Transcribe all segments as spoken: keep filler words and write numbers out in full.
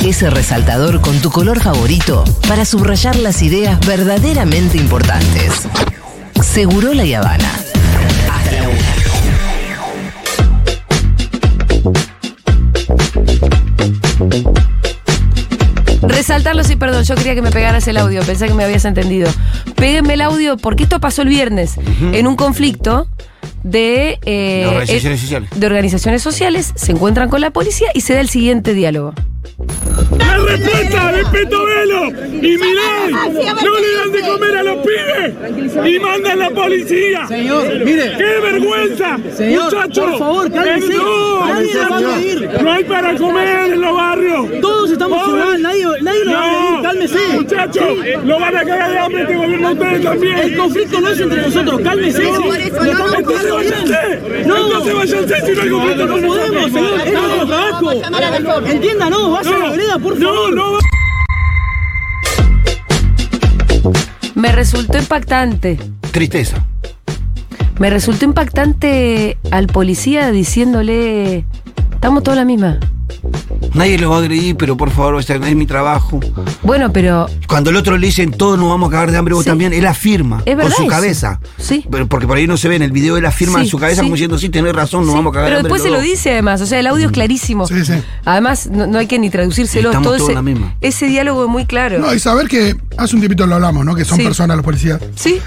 ese resaltador con tu color favorito para subrayar las ideas verdaderamente importantes. Segurola y Habana. Hasta la una. Resaltarlo, sí, perdón, yo quería que me pegaras el audio, pensé que me habías entendido. Péguenme el audio, porque esto pasó el viernes, uh-huh. en un conflicto de, eh, de organizaciones eh, sociales. De organizaciones sociales, se encuentran con la policía y se da el siguiente diálogo. ¡La respuesta de Petovelo y Milei! ¡No le dan de comer a los pibes! ¡Y mandan la policía! Señor, mire. ¡Qué vergüenza! Señor, muchachos, por favor, cálmese. No, Nadie la va a agredir. No hay para comer en los barrios. Todos estamos igual, nadie, nadie lo va a agredir, cálmese. Muchachos, lo van a cagar de hambre este gobierno ustedes también. El conflicto no es entre nosotros, cálmese. No, por eso no, no, entonces váyanse. No, entonces váyanse si no hay conflicto. No podemos, señor, es nuestro trabajo. Entiéndanos, vaya a la vereda, por favor. No, no. Me resultó impactante. Tristeza. Me resultó impactante al policía diciéndole, estamos todos la misma. Nadie lo va a agredir, pero por favor, este es mi trabajo. Bueno, pero... Cuando el otro le dicen, todos nos vamos a cagar de hambre, vos sí. también, él afirma es con su eso. cabeza. Sí. Pero porque por ahí no se ve en el video, él afirma sí, en su cabeza sí. como diciendo, sí, tenés razón, nos sí. vamos a cagar pero de hambre. Pero después se lo dice además, o sea, el audio es clarísimo. Sí, sí. Además, no, no hay que ni traducírselo. Estamos todo todos ese, la misma. Ese diálogo es muy claro. No, y saber que hace un tiempito lo hablamos, ¿no? Que son sí. personas los policías. Sí.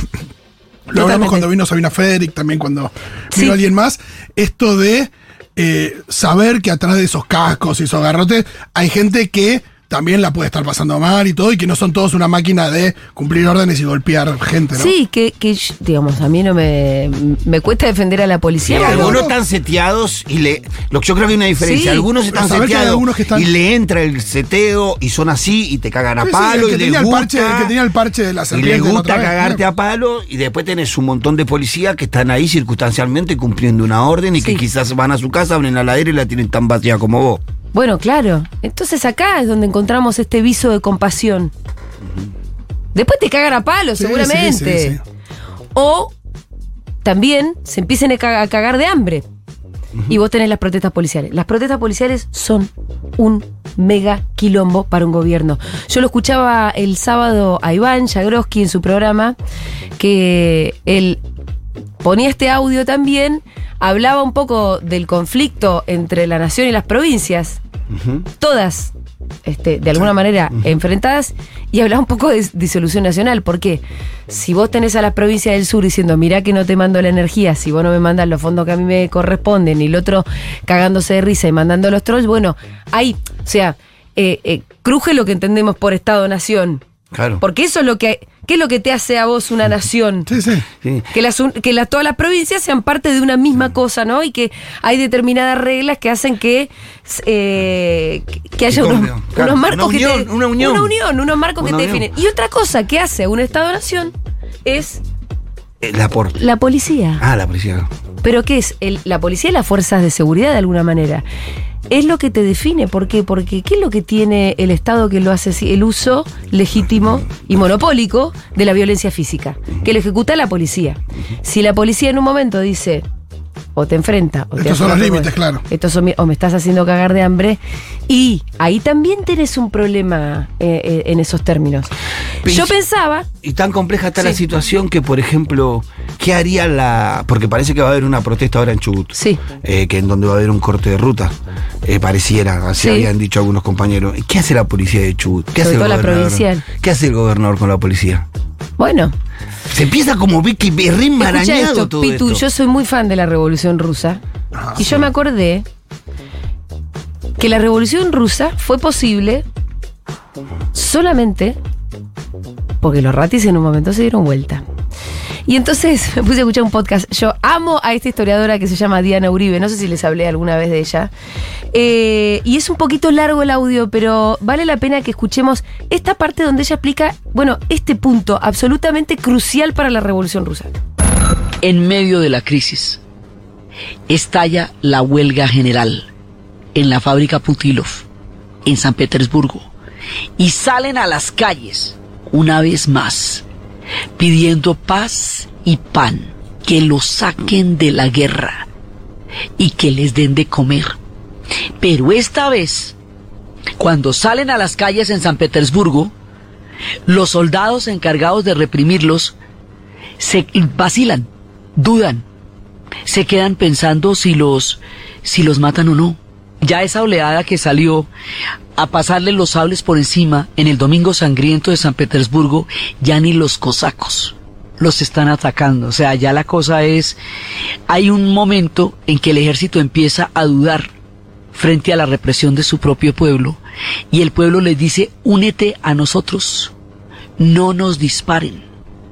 Lo hablamos cuando vino Sabina Frederick, también cuando sí. vino alguien más. Esto de eh, saber que atrás de esos cascos y esos garrotes hay gente que también la puede estar pasando mal y todo, y que no son todos una máquina de cumplir órdenes y golpear gente, ¿no? Sí, que, que digamos, a mí no me, me cuesta defender a la policía. Sí, pero... algunos están seteados y le. Lo que yo creo que hay una diferencia. Sí. Algunos están Pero seteados que están... y le entra el seteo y son así y te cagan a sí, palo sí, el que y tenía les el gusta. parche, el que tenía el parche de la Y serpiente les la gusta otra vez, cagarte ¿no? a palo y después tenés un montón de policías que están ahí circunstancialmente cumpliendo una orden y sí. que quizás van a su casa, abren la heladera y la tienen tan vacía como vos. Bueno, claro. Entonces acá es donde encontramos este viso de compasión. Después te cagan a palo, Sí, seguramente. sí, sí, sí. O también se empiecen a cagar, a cagar de hambre. Uh-huh. Y vos tenés las protestas policiales. Las protestas policiales son un mega quilombo para un gobierno. Yo lo escuchaba el sábado a Iván Jagroski en su programa, que él ponía este audio también, hablaba un poco del conflicto entre la nación y las provincias, uh-huh. todas este, de alguna manera uh-huh. enfrentadas, y hablaba un poco de disolución nacional, porque si vos tenés a las provincias del sur diciendo, mirá que no te mando la energía, si vos no me mandas los fondos que a mí me corresponden, y el otro cagándose de risa y mandando los trolls, bueno, ahí, o sea, eh, eh, cruje lo que entendemos por Estado-Nación. Claro. Porque eso es lo que... ¿Qué es lo que te hace a vos una nación? Sí, sí. sí. Que, las, que las, todas las provincias sean parte de una misma cosa, ¿no? Y que hay determinadas reglas que hacen que, eh, que haya unos, claro. unos marcos una que unión, te... Una unión. Una unión, unos marcos una que te unión. definen. Y otra cosa que hace un Estado-nación es... La, por... la policía. Ah, la policía. ¿Pero qué es? El, la policía y las fuerzas de seguridad, de alguna manera. Es lo que te define. ¿Por qué? Porque ¿qué es lo que tiene el Estado que lo hace así? El uso legítimo y monopólico de la violencia física, que lo ejecuta la policía. Si la policía en un momento dice, o te enfrenta, o te estos son los límites, claro. Estos son, o me estás haciendo cagar de hambre, y ahí también tenés un problema eh, eh, en esos términos. Pero Yo pensaba... Y tan compleja está sí. la situación que, por ejemplo, ¿qué haría la...? Porque parece que va a haber una protesta ahora en Chubut. Sí. Eh, que en donde va a haber un corte de ruta. Eh, pareciera, así sí. habían dicho algunos compañeros. ¿Qué hace la policía de Chubut? ¿Qué Sobre hace el todo la gobernador? provincial. ¿Qué hace el gobernador con la policía? Bueno... Se empieza como Vicky re enmarañado Escucha esto, todo Pitu, esto. yo soy muy fan de la Revolución Rusa. Ah, y sí. yo me acordé que la Revolución Rusa fue posible solamente porque los ratis en un momento se dieron vuelta. Y entonces me puse a escuchar un podcast. Yo amo a esta historiadora que se llama Diana Uribe. No sé si les hablé alguna vez de ella. Eh, y es un poquito largo el audio, pero vale la pena que escuchemos esta parte donde ella explica, bueno, este punto absolutamente crucial para la Revolución Rusa. En medio de la crisis, estalla la huelga general en la fábrica Putilov, en San Petersburgo, y salen a las calles, una vez más, pidiendo paz y pan, que los saquen de la guerra y que les den de comer. Pero esta vez cuando salen a las calles en San Petersburgo, los soldados encargados de reprimirlos se vacilan, dudan, se quedan pensando si los, si los matan o no. Ya esa oleada que salió a pasarle los sables por encima en el Domingo Sangriento de San Petersburgo, ya ni los cosacos los están atacando. O sea, ya la cosa es, hay un momento en que el ejército empieza a dudar frente a la represión de su propio pueblo, y el pueblo les dice: únete a nosotros, no nos disparen.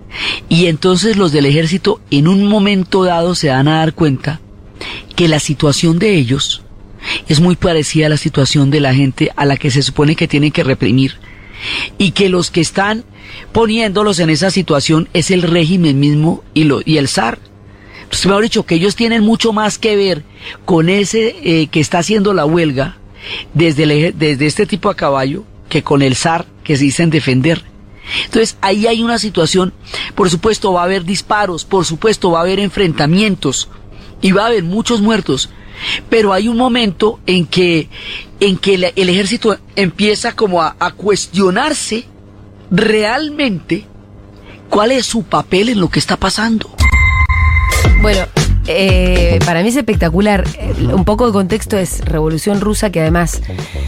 Y entonces los del ejército en un momento dado se dan a dar cuenta que la situación de ellos es muy parecida a la situación de la gente a la que se supone que tienen que reprimir, y que los que están poniéndolos en esa situación es el régimen mismo y, lo, y el zar. Pues mejor dicho, que ellos tienen mucho más que ver con ese eh, que está haciendo la huelga desde, el, desde este tipo a caballo que con el zar que se dicen defender. Entonces ahí hay una situación, por supuesto va a haber disparos, por supuesto va a haber enfrentamientos y va a haber muchos muertos, pero hay un momento en que, en que el, el ejército empieza como a, a cuestionarse realmente cuál es su papel en lo que está pasando. Bueno, eh, para mí es espectacular. Un poco de contexto es Revolución Rusa, que además,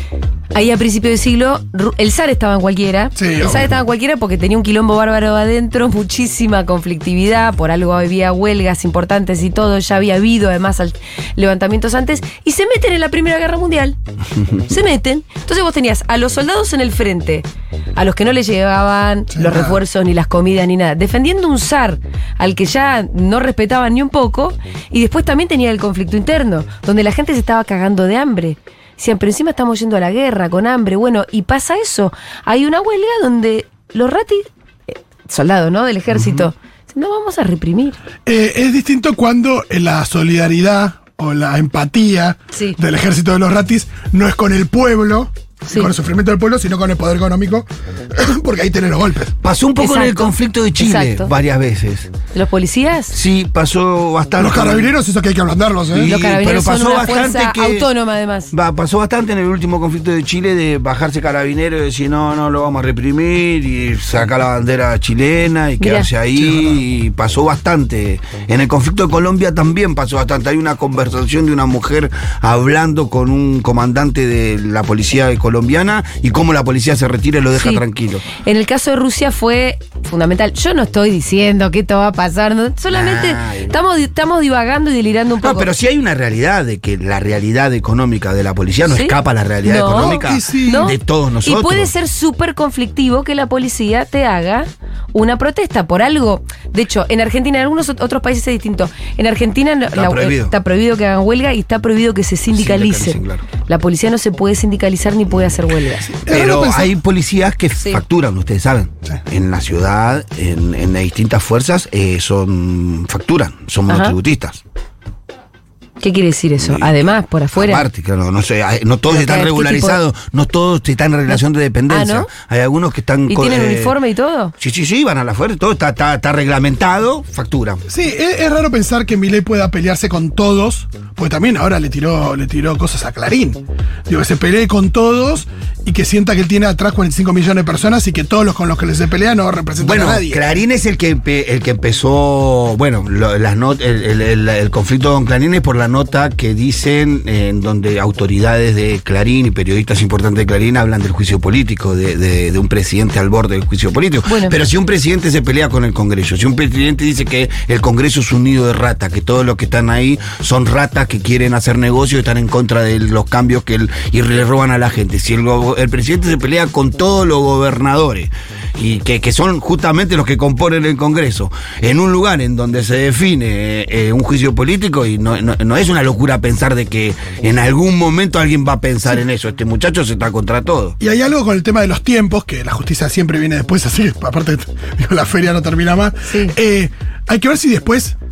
ahí a principios de siglo, el zar estaba en cualquiera. Sí, el zar obvio. estaba en cualquiera porque tenía un quilombo bárbaro adentro, muchísima conflictividad, por algo había huelgas importantes y todo, ya había habido además levantamientos antes, y se meten en la Primera Guerra Mundial. Se meten. Entonces vos tenías a los soldados en el frente, a los que no les llegaban Sí, los nada. refuerzos, ni las comidas, ni nada, defendiendo un zar al que ya no respetaban ni un poco, y después también tenía el conflicto interno, donde la gente se estaba cagando de hambre. Decían, pero encima estamos yendo a la guerra con hambre. Bueno, y pasa eso. Hay una huelga donde los ratis, eh, soldados, ¿no?, del ejército, dicen, no vamos a reprimir. Eh, es distinto cuando eh, la solidaridad o la empatía Sí. del ejército de los ratis no es con el pueblo, Sí. con el sufrimiento del pueblo, sino con el poder económico, porque ahí tenés los golpes. Pasó un poco en el Exacto. conflicto de Chile Exacto. varias veces. ¿Los policías? Sí, pasó bastante. Los carabineros, eso que hay que ablandarlos, ¿eh? Sí, Los carabineros pero son pasó una fuerza bastante que- autónoma, además. Va, pasó bastante en el último conflicto de Chile de bajarse carabinero y decir no, no lo vamos a reprimir y sacar la bandera chilena y Mirá. quedarse ahí. Y pasó bastante. En el conflicto de Colombia también pasó bastante. Hay una conversación de una mujer hablando con un comandante de la policía colombiana y cómo la policía se retira y lo deja Sí. tranquilo. En el caso de Rusia fue fundamental. Yo no estoy diciendo que esto va a pasar, no, solamente Nah. estamos, estamos divagando y delirando un poco. No, pero sí hay una realidad de que la realidad económica de la policía no ¿Sí? escapa a la realidad No, económica y sí. ¿No? de todos nosotros. Y puede ser súper conflictivo que la policía te haga una protesta por algo. De hecho, en Argentina, en algunos ot- otros países es distinto. En Argentina la- Está prohibido. está prohibido que hagan huelga y está prohibido que se sindicalicen. Sindicalicen, claro. La policía no se puede sindicalizar ni puede hacer huelga. Es raro Pero pensar- hay policías que Sí. facturan, ustedes saben. Sí. En la ciudad, en, en las distintas fuerzas, eh, son facturan, son Ajá. monotributistas. ¿Qué quiere decir eso? Sí. Además, por afuera. Aparte, claro, no sé, hay- no todos Pero están ¿qué regularizados, no todos están en relación de dependencia. Ah, ¿no? Hay algunos que están ¿Y con, tienen eh, uniforme y todo? Sí, sí, sí, van a la fuerza, todo está, está, está reglamentado, facturan. Sí, es, es raro pensar que Milei pueda pelearse con todos, porque también ahora le tiró, le tiró cosas a Clarín. Digo, que se pelee con todos y que sienta que él tiene atrás cuarenta y cinco millones de personas y que todos los con los que se pelea no representan Bueno, a nadie. Clarín es el que empe- el que empezó, bueno, lo- las not- el, el- el- el conflicto con Clarín es por la nota que dicen eh, en donde autoridades de Clarín y periodistas importantes de Clarín hablan del juicio político, de, de- de un presidente al borde del juicio político. Bueno. Pero si un presidente se pelea con el Congreso, si un presidente dice que el Congreso es un nido de rata, que todos los que están ahí son ratas que quieren hacer negocio y están en contra de los cambios que él, y le roban a la gente. Si el, go- el presidente se pelea con todos los gobernadores, y que, que son justamente los que componen el Congreso, en un lugar en donde se define eh, un juicio político, y no, no, no es una locura pensar de que en algún momento alguien va a pensar en eso. Este muchacho se está contra todo. Y hay algo con el tema de los tiempos, que la justicia siempre viene después, así que aparte digo, la feria no termina más. Sí. Eh, hay que ver si después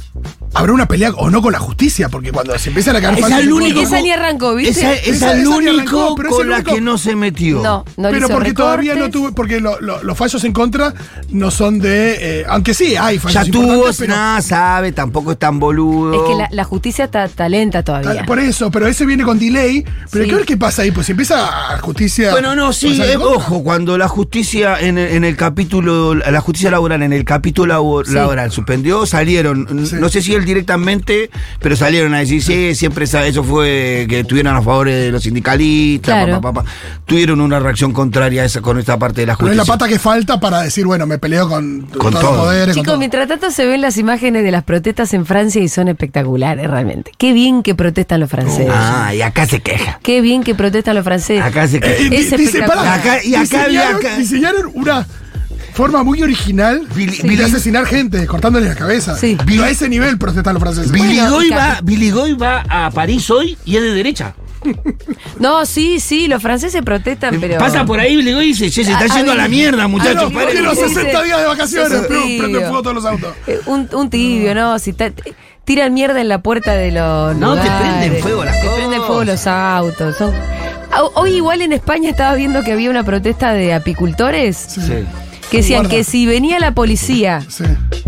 habrá una pelea o no con la justicia, porque cuando se empiezan a caer Es falsos el impuestos- único- Esa ni arrancó, ¿viste? Esa, esa Esa- es el esa ni único arrancó, pero es con el la único- que no se metió. No, no le pero hizo porque todavía no recortes. tuve, porque lo- lo- los fallos en contra no son de, eh, aunque sí hay fallos Ya tuvo, importantes, pero nada sabe, tampoco es tan boludo. Es que la, la justicia está, está lenta todavía. tal- por eso, pero ese viene con delay, pero hay Sí. que ver qué pasa ahí, pues si empieza a justicia. Bueno, no, sí, pasar en eh, contra. ojo, cuando la justicia en el, en el capítulo, la justicia laboral en el capítulo labo- Sí. laboral suspendió, salieron, n- Sí. no sé si él directamente, pero salieron a decir, sí, siempre esa- eso fue que estuvieron a favor de los sindicalistas, Claro. pa, pa, pa, pa. Tuvieron una reacción contraria a esa, con esta parte de la Pero es justicia. la pata que falta para decir, bueno, me peleo con, Con todos todo. los poderes. con Chicos, todo. mientras tanto se ven las imágenes de las protestas en Francia y son espectaculares realmente. Qué bien que protestan los franceses. Ah, y acá se queja. Qué bien que protestan los franceses. Acá se queja. Eh, di- Es dice, espectacular. pará, Acá- y acá había diseñaron, acá- diseñaron una forma muy original Billy- de Billy- asesinar gente, cortándole la cabeza. Sí. Pero a ese nivel protestan los franceses. Billy Bueno, Goy y va, ca- Billy Goy va a París hoy y es de derecha. No, sí, sí, los franceses protestan, pero. Pasa por ahí Billy Goy y dice, che, se está Ah, yendo ah, a la mierda, Ah, muchachos. no, paren". porque los Sí, sí. sesenta días de vacaciones, Sí, plum, sí. prenden fuego todos los autos. Eh, Un, un tibio, ¿no? Si ta- tiran mierda en la puerta de los. No, te lugares, prenden fuego las te cosas. prenden fuego los autos. Son... Ah, Hoy, igual en España estaba viendo que había una protesta de apicultores Sí. Sí. que decían Guarda. que si venía la policía Sí.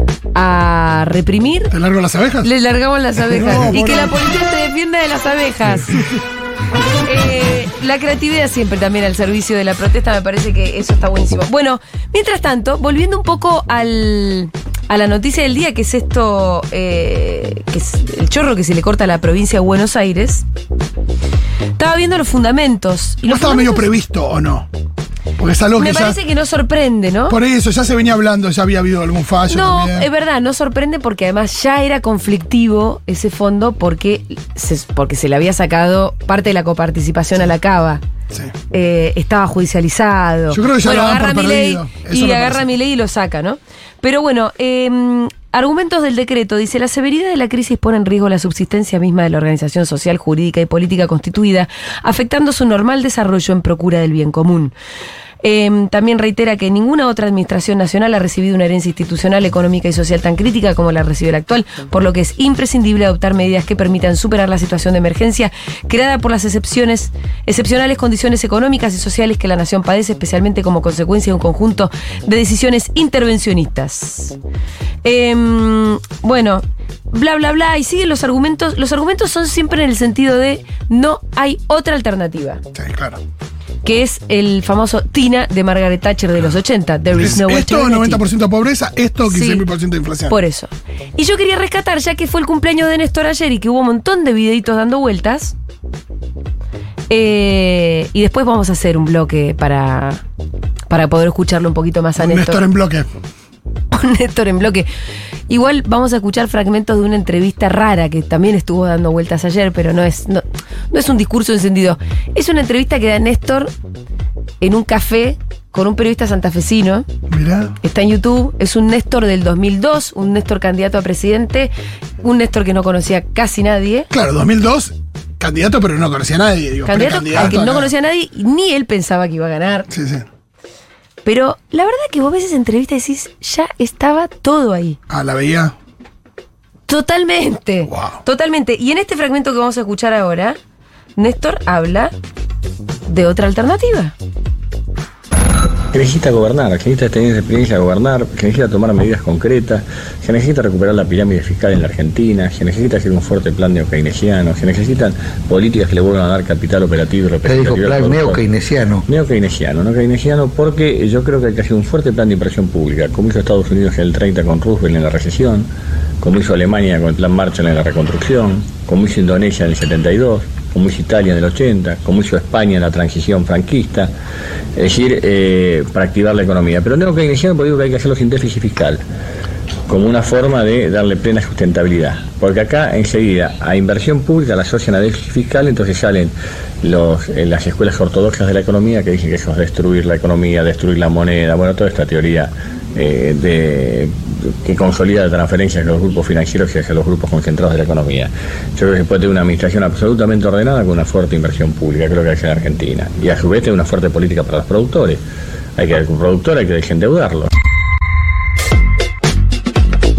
a reprimir, ¿Te largo las abejas? les largaban las abejas. No, y por que la favor. policía te defienda de las abejas. Eh, la creatividad siempre también al servicio de la protesta, me parece que eso está buenísimo. Bueno, mientras tanto, volviendo un poco al, a la noticia del día, que es esto, eh, que es el chorro que se le corta a la provincia de Buenos Aires, estaba viendo los fundamentos. Y ¿No los estaba medio fundamentos previsto o no? Porque es algo me que ya. parece que no sorprende, ¿no? Por eso, ya se venía hablando, ya había habido algún fallo No, también. es verdad, no sorprende porque además ya era conflictivo ese fondo porque se, porque se le había sacado parte de la coparticipación a la Cava. Sí. Eh, estaba judicializado. Yo creo que ya bueno, lo daban agarra por mi ley perdido. Eso y me agarra parece. mi ley y lo saca, ¿no? Pero bueno, eh, argumentos del decreto. Dice, la severidad de la crisis pone en riesgo la subsistencia misma de la organización social, jurídica y política constituida, afectando su normal desarrollo en procura del bien común. Eh, también reitera que ninguna otra administración nacional ha recibido una herencia institucional, económica y social tan crítica como la recibe la actual, por lo que es imprescindible adoptar medidas que permitan superar la situación de emergencia creada por las excepciones, excepcionales condiciones económicas y sociales que la nación padece, especialmente como consecuencia de un conjunto de decisiones intervencionistas. Eh, bueno, bla bla bla, y siguen los argumentos. Los argumentos son siempre en el sentido de no hay otra alternativa, Sí, claro. que es el famoso Tina de Margaret Thatcher de los ochenta. There is Es no esto alternative. noventa por ciento de pobreza, esto Sí. quince mil por ciento de inflación. Por eso. Y yo quería rescatar, ya que fue el cumpleaños de Néstor ayer y que hubo un montón de videitos dando vueltas. eh, y después vamos a hacer un bloque para, para poder escucharlo un poquito más a Un Néstor. Néstor en bloque. Un Néstor en bloque. Igual vamos a escuchar fragmentos de una entrevista rara que también estuvo dando vueltas ayer, pero no es, no, no es un discurso encendido. Es una entrevista que da Néstor en un café con un periodista santafesino. Mirá. Está en YouTube. Es un Néstor del dos mil dos, un Néstor candidato a presidente, un Néstor que no conocía casi nadie. Claro, dos mil dos, candidato, pero no conocía a nadie. Digo, Candidato al precandidato que no acá. conocía a nadie, y ni él pensaba que iba a ganar. Sí, sí. Pero la verdad que vos ves esa entrevista y decís, ya estaba todo ahí. Ah, la veía. Totalmente. Wow. Totalmente. Y en este fragmento que vamos a escuchar ahora, Néstor habla de otra alternativa. Que necesita gobernar, que necesita tener experiencia de gobernar, que necesita tomar medidas concretas, que necesita recuperar la pirámide fiscal en la Argentina, que necesita hacer un fuerte plan neokeynesiano, que necesitan políticas que le vuelvan a dar capital operativo y Te dijo representativo. al plan productor. neo-keynesiano. Neo-keynesiano, no keynesiano, porque yo creo que hay que hacer un fuerte plan de inversión pública, como hizo Estados Unidos en el treinta con Roosevelt en la recesión, como hizo Alemania con el plan Marshall en la reconstrucción, como hizo Indonesia en el setenta y dos, como hizo Italia en el ochenta, como hizo España en la transición franquista, es decir, eh, para activar la economía. Pero neo-keynesiano porque digo que hay que hacerlo sin déficit fiscal, como una forma de darle plena sustentabilidad. Porque acá enseguida a inversión pública la asocian a déficit fiscal, entonces salen los, eh, las escuelas ortodoxas de la economía que dicen que eso es destruir la economía, destruir la moneda, bueno, toda esta teoría eh, de, que consolida la transferencia hacia los grupos financieros y hacia los grupos concentrados de la economía. Yo creo que se puede tener una administración absolutamente ordenada con una fuerte inversión pública, creo que hay que en Argentina. Y a su vez tener una fuerte política para los productores. Hay que un productor, hay que desendeudarlo.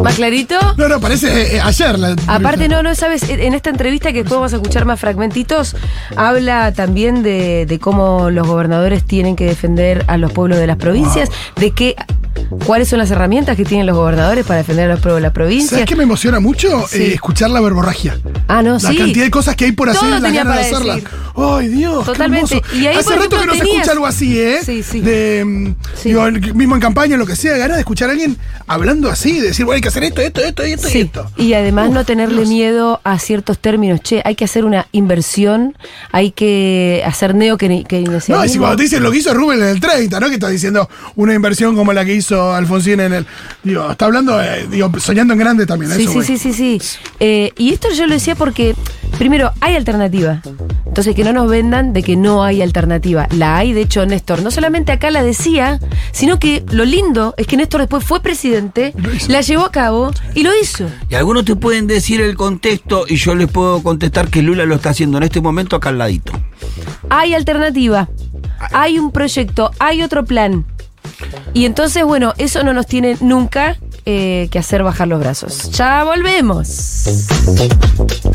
¿Más clarito? No, no, parece eh, ayer. La Aparte, no, no, sabes, en esta entrevista que después vamos a escuchar más fragmentitos, habla también de, de cómo los gobernadores tienen que defender a los pueblos de las provincias, de qué, cuáles son las herramientas que tienen los gobernadores para defender a los pueblos de las provincias. ¿Sabes qué me emociona mucho? Sí. Eh, escuchar la verborragia. Ah, no, La sí. cantidad de cosas que hay por hacer Todo y las tenía ganas de para hacerlas. decir. ¡Ay, Dios! Totalmente. Qué hermoso. Y ahí, Hace por rato ejemplo, que no se tenías- escucha algo así, ¿eh? Sí, sí. De, mm, Sí. digo, el- mismo en campaña, lo que sea, ganas de escuchar a alguien hablando así, de decir, bueno, hay que hacer esto, esto, esto, esto y Sí, esto. y además Uf, no tenerle Dios. miedo a ciertos términos. Che, hay que hacer una inversión, hay que hacer neo que No, y si cuando te dicen lo que hizo Rubén en el treinta, ¿no? Que estás diciendo una inversión como la que hizo Alfonsín en el. Digo, está hablando, eh, digo, soñando en grande también. a Sí, eso sí, voy. sí, sí, sí. Eh, y esto yo lo decía porque, primero, hay alternativa. Entonces, que no nos vendan de que no hay alternativa. La hay, de hecho, Néstor no solamente acá la decía, sino que lo lindo es que Néstor después fue presidente, la llevó a cabo y lo hizo. Y algunos te pueden decir el contexto y yo les puedo contestar que Lula lo está haciendo en este momento acá al ladito. Hay alternativa, hay un proyecto, hay otro plan. Y entonces, bueno, eso no nos tiene nunca eh, que hacer bajar los brazos. Ya volvemos.